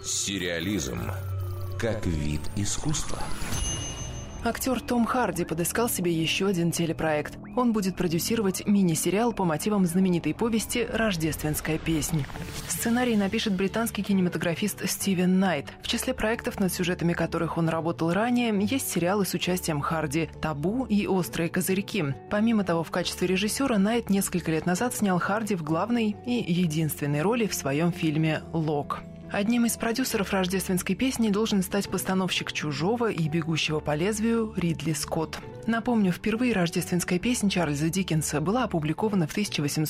Сериализм как вид искусства. Актер Том Харди подыскал себе еще один телепроект. Он будет продюсировать мини-сериал по мотивам знаменитой повести «Рождественская песнь». Сценарий напишет британский кинематографист Стивен Найт. В числе проектов, над сюжетами которых он работал ранее, есть сериалы с участием Харди «Табу» и «Острые козырьки». Помимо того, в качестве режиссера Найт несколько лет назад снял Харди в главной и единственной роли в своем фильме «Лок». Одним из продюсеров «Рождественской песни» должен стать постановщик «Чужого» и «Бегущего по лезвию» Ридли Скотт. Напомню, впервые «Рождественская песня» Чарльза Диккенса была опубликована в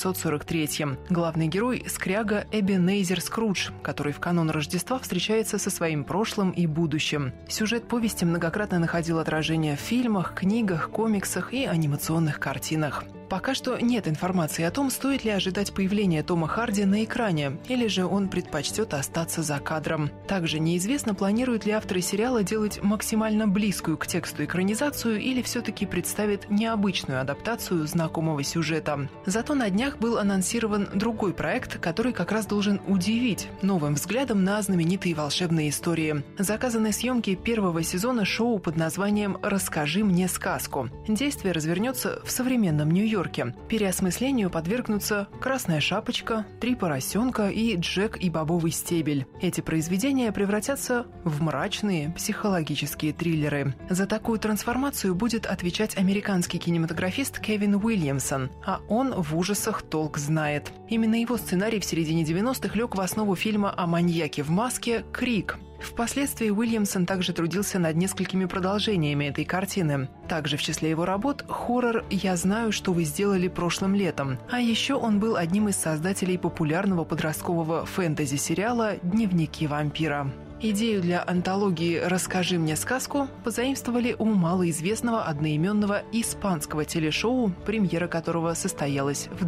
1843-м. Главный герой – скряга Эбенезер Скрудж, который в канун Рождества встречается со своим прошлым и будущим. Сюжет повести многократно находил отражение в фильмах, книгах, комиксах и анимационных картинах. Пока что нет информации о том, стоит ли ожидать появления Тома Харди на экране, или же он предпочтет остаться за кадром. Также неизвестно, планируют ли авторы сериала делать максимально близкую к тексту экранизацию или все-таки представят необычную адаптацию знакомого сюжета. Зато на днях был анонсирован другой проект, который как раз должен удивить новым взглядом на знаменитые волшебные истории. Заказаны съемки первого сезона шоу под названием «Расскажи мне сказку». Действие развернется в современном Нью-Йорке. Переосмыслению подвергнутся «Красная шапочка», «Три поросенка» и «Джек и бобовый стебель». Эти произведения превратятся в мрачные психологические триллеры. За такую трансформацию будет отвечать американский кинематографист Кевин Уильямсон, а он в ужасах толк знает. Именно его сценарий в середине 90-х лег в основу фильма о маньяке в маске «Крик». Впоследствии Уильямсон также трудился над несколькими продолжениями этой картины. Также в числе его работ хоррор «Я знаю, что вы сделали прошлым летом». А еще он был одним из создателей популярного подросткового фэнтези-сериала «Дневники вампира». Идею для антологии «Расскажи мне сказку» позаимствовали у малоизвестного одноименного испанского телешоу, премьера которого состоялась в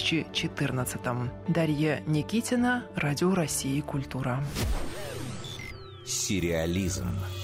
2014-м. Дарья Никитина, Радио России «Культура». Сериализм.